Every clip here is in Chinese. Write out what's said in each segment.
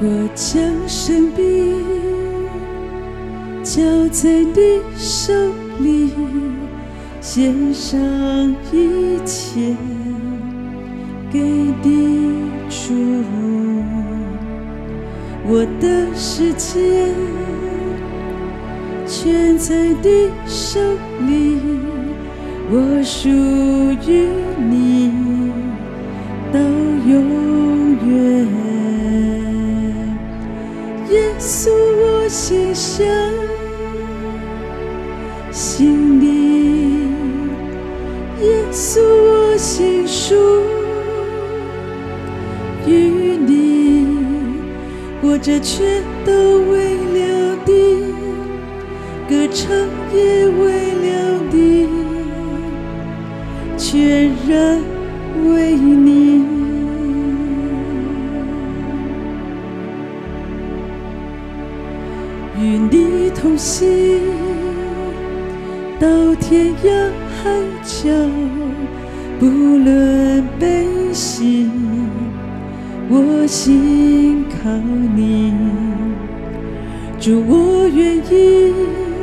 我将生命交在你手里，献上一切给你主。我的世界全在你手里，我属于你到永远。耶稣，我心想信你，耶稣，我心属于你，我这全都为了你，歌唱也为了你，全然为你。与你同行到天涯海角，不论悲喜，我心靠你。主，我愿意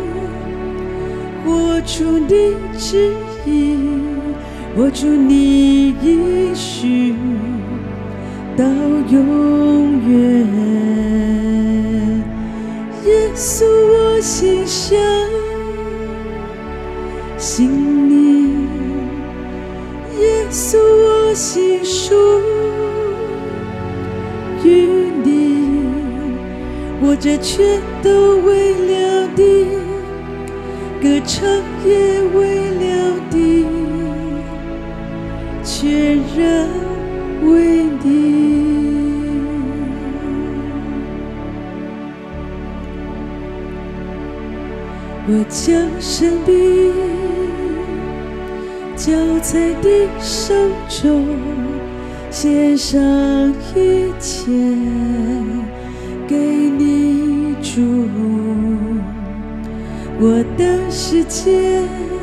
活出你旨意，活出你应许到永远。耶稣，我心想信你，耶稣，我心属于你，我这全都为了你，歌唱也为了你，全然为你。我将生命交在你手中，献上一切给你主。我的世界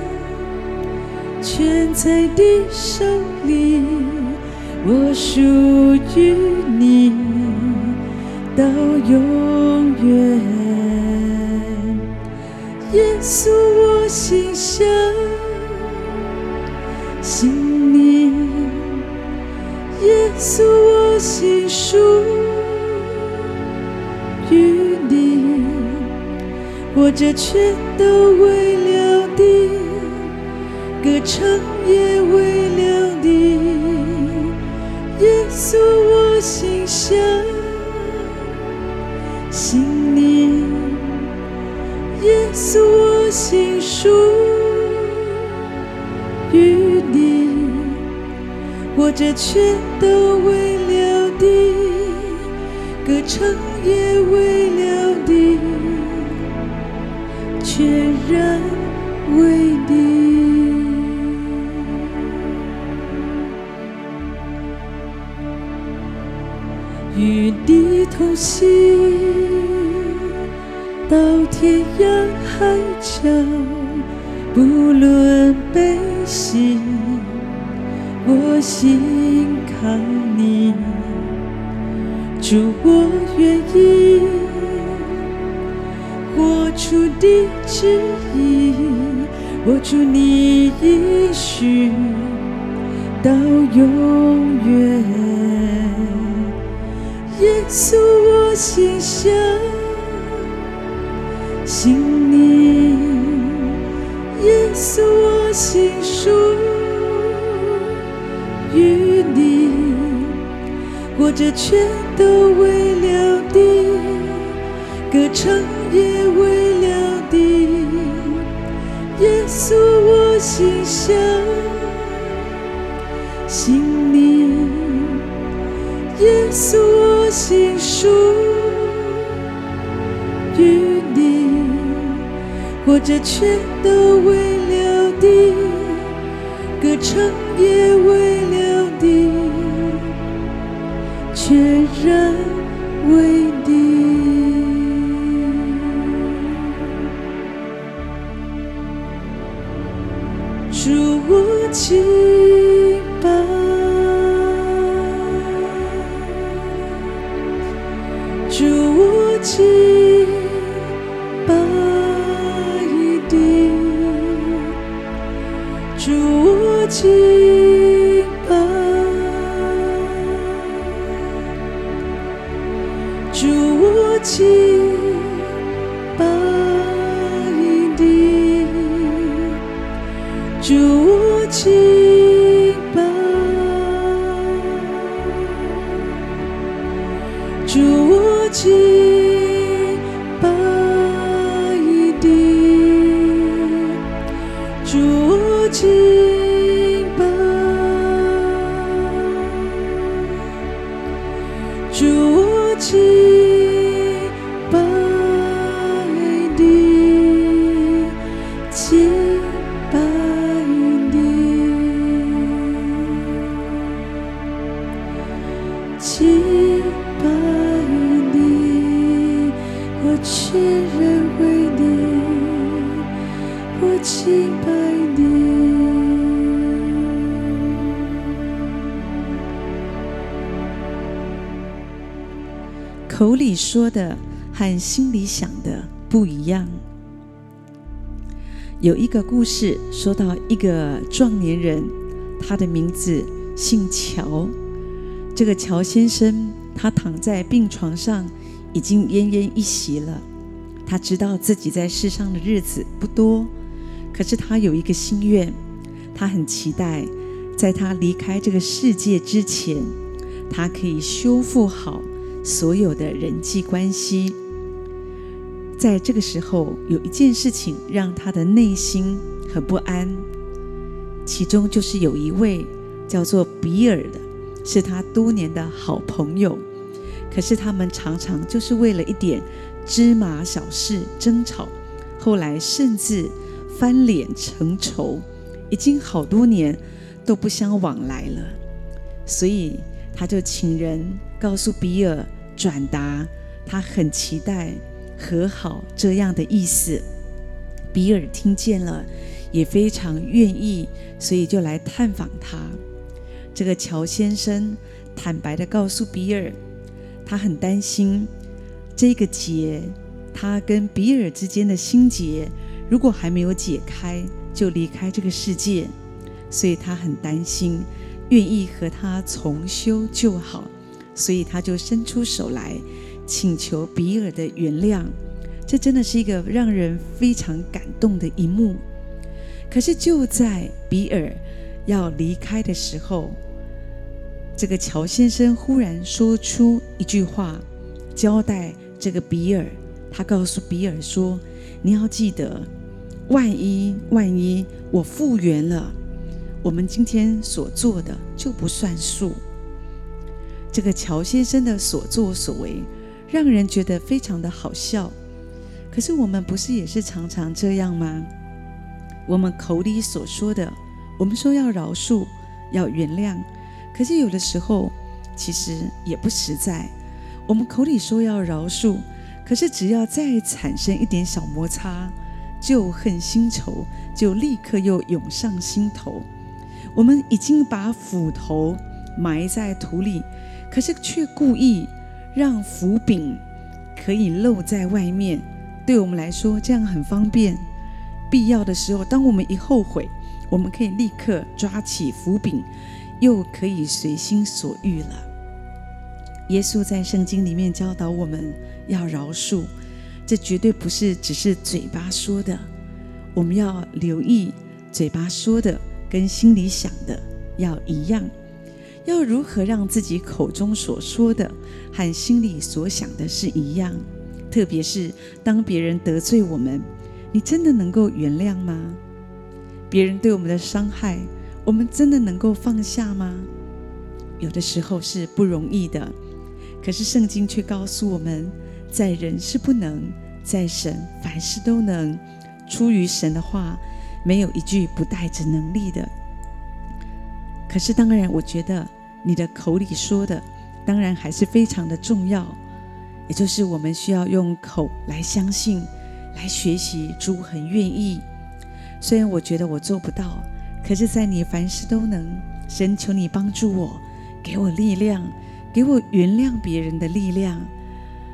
全在你手里，我属于你到永远。耶稣，我心想信你，耶稣，我心属于你，我这全都为了你，歌唱也为了你。耶稣，我心想信你，耶稣，我心属于你，我这全都为了你，歌唱也为了你，全然为你。与你同行到天涯海角，不论悲喜，我心靠你。主，我愿意活出你旨意，活出你应许到永远。耶稣，我心想信你，耶稣，我心属于你，我这全都为了你，歌唱也为了你。耶稣，我心想信你，耶稣，我心属于你，我这全都为了你，歌唱也为了你，全然为你。主，我敬拜， 敬拜你，主我敬拜，主我敬拜你，主我敬拜，主我敬拜你，主我敬拜，主我敬拜你，敬拜你，敬拜你，我全然为你，我敬拜你。口里说的和心里想的不一样。有一个故事说到一个壮年人，他的名字姓乔。这个乔先生他躺在病床上，已经奄奄一息了。他知道自己在世上的日子不多，可是他有一个心愿，他很期待在他离开这个世界之前，他可以修复好所有的人际关系。在这个时候，有一件事情让他的内心很不安，其中就是有一位叫做比尔的，是他多年的好朋友，可是他们常常就是为了一点芝麻小事争吵，后来甚至翻脸成仇，已经好多年都不相往来了。所以他就请人告诉比尔转达他很期待和好这样的意思。比尔听见了，也非常愿意，所以就来探访他。这个乔先生坦白地告诉比尔，他很担心这个结，他跟比尔之间的心结如果还没有解开，就离开这个世界，所以他很担心，愿意和他重修旧好，所以他就伸出手来请求比尔的原谅。这真的是一个让人非常感动的一幕。可是就在比尔要离开的时候，这个乔先生忽然说出一句话，交代这个比尔。他告诉比尔说，你要记得，万一我复原了，我们今天所做的就不算数。这个乔先生的所作所为让人觉得非常的好笑，可是我们不是也是常常这样吗？我们口里所说的，我们说要饶恕，要原谅，可是有的时候其实也不实在。我们口里说要饶恕，可是只要再产生一点小摩擦，旧恨新仇就立刻又涌上心头。我们已经把斧头埋在土里，可是却故意让斧柄可以露在外面。对我们来说这样很方便，必要的时候，当我们一后悔，我们可以立刻抓起斧柄，又可以随心所欲了。耶稣在圣经里面教导我们要饶恕，这绝对不是只是嘴巴说的，我们要留意嘴巴说的跟心里想的要一样，要如何让自己口中所说的和心里所想的是一样。特别是当别人得罪我们，你真的能够原谅吗？别人对我们的伤害，我们真的能够放下吗？有的时候是不容易的，可是圣经却告诉我们，在人是不能，在神凡事都能。出于神的话，没有一句不带着能力的。可是当然，我觉得你的口里说的当然还是非常的重要，也就是我们需要用口来相信，来学习主很愿意。虽然我觉得我做不到，可是在你凡事都能，神求你帮助我，给我力量，给我原谅别人的力量。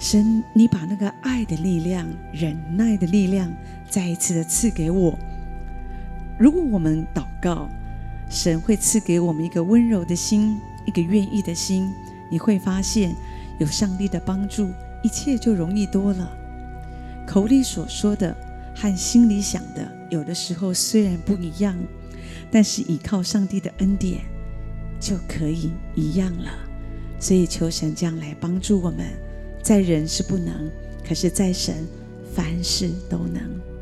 神，你把那个爱的力量、忍耐的力量再一次的赐给我。如果我们祷告，神会赐给我们一个温柔的心，一个愿意的心，你会发现有上帝的帮助，一切就容易多了。口里所说的和心里想的，有的时候虽然不一样，但是依靠上帝的恩典就可以一样了。所以求神这样来帮助我们，在人是不能，可是在神凡事都能。